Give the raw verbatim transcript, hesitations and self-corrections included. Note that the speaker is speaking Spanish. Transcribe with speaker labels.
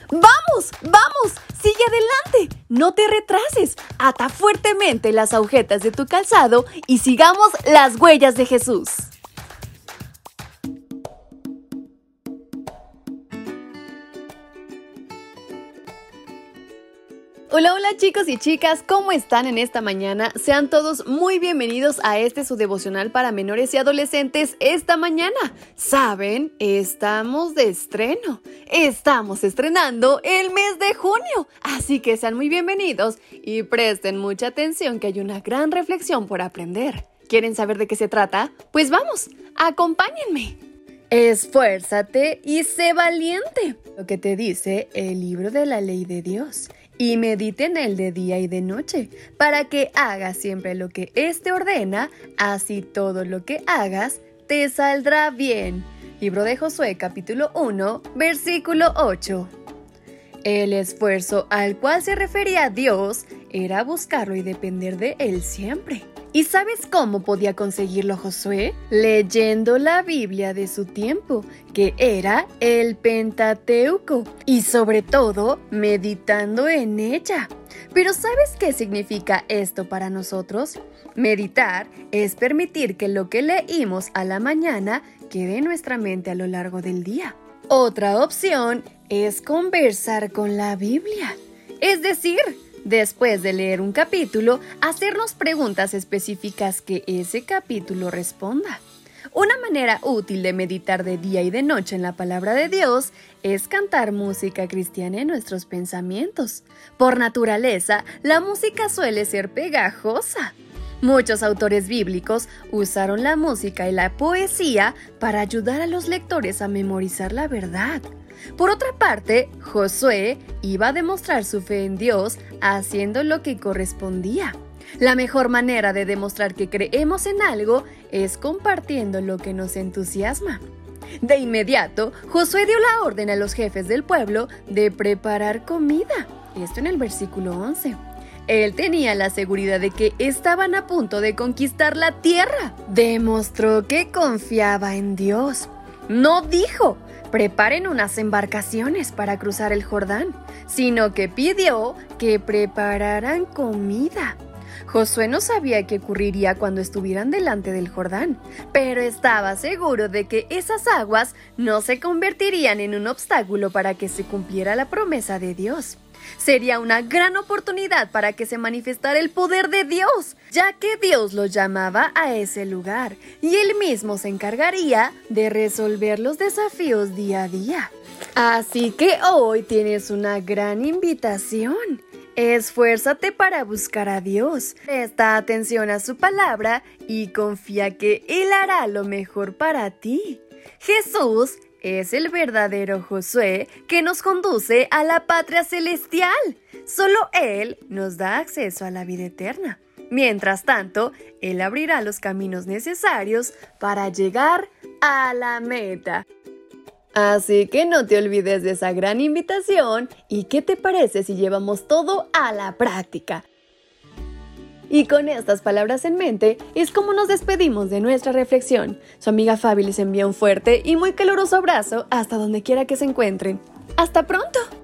Speaker 1: ¡Vamos! ¡Vamos! ¡Sigue adelante! No te retrases. Ata fuertemente las agujetas de tu calzado y sigamos las huellas de Jesús. Hola, hola chicos y chicas, ¿cómo están en esta mañana? Sean todos muy bienvenidos a este su devocional para menores y adolescentes esta mañana. ¿Saben? Estamos de estreno. Estamos estrenando el mes de junio, así que sean muy bienvenidos y presten mucha atención que hay una gran reflexión por aprender. ¿Quieren saber de qué se trata? Pues vamos, acompáñenme. Esfuérzate y sé valiente, lo que te dice el libro de la ley de Dios. Y medite en él de día y de noche, para que hagas siempre lo que éste ordena, así todo lo que hagas te saldrá bien. Libro de Josué, capítulo uno, versículo ocho. El esfuerzo al cual se refería Dios era buscarlo y depender de él siempre. ¿Y sabes cómo podía conseguirlo Josué? Leyendo la Biblia de su tiempo, que era el Pentateuco, y sobre todo, meditando en ella. Pero ¿sabes qué significa esto para nosotros? Meditar es permitir que lo que leímos a la mañana quede en nuestra mente a lo largo del día. Otra opción es conversar con la Biblia, es decir, después de leer un capítulo, hacernos preguntas específicas que ese capítulo responda. Una manera útil de meditar de día y de noche en la palabra de Dios es cantar música cristiana en nuestros pensamientos. Por naturaleza, la música suele ser pegajosa. Muchos autores bíblicos usaron la música y la poesía para ayudar a los lectores a memorizar la verdad. Por otra parte, Josué iba a demostrar su fe en Dios haciendo lo que correspondía. La mejor manera de demostrar que creemos en algo es compartiendo lo que nos entusiasma. De inmediato, Josué dio la orden a los jefes del pueblo de preparar comida. Esto en el versículo once. Él tenía la seguridad de que estaban a punto de conquistar la tierra. Demostró que confiaba en Dios. No dijo: preparen unas embarcaciones para cruzar el Jordán, sino que pidió que prepararan comida. Josué no sabía qué ocurriría cuando estuvieran delante del Jordán, pero estaba seguro de que esas aguas no se convertirían en un obstáculo para que se cumpliera la promesa de Dios. Sería una gran oportunidad para que se manifestara el poder de Dios, ya que Dios los llamaba a ese lugar y Él mismo se encargaría de resolver los desafíos día a día. Así que hoy tienes una gran invitación. Esfuérzate para buscar a Dios, presta atención a su palabra y confía que Él hará lo mejor para ti. Jesús es el verdadero Josué que nos conduce a la patria celestial. Solo Él nos da acceso a la vida eterna. Mientras tanto, Él abrirá los caminos necesarios para llegar a la meta. Así que no te olvides de esa gran invitación. ¿Y qué te parece si llevamos todo a la práctica? Y con estas palabras en mente, es como nos despedimos de nuestra reflexión. Su amiga Fabi les envía un fuerte y muy caluroso abrazo hasta donde quiera que se encuentren. ¡Hasta pronto!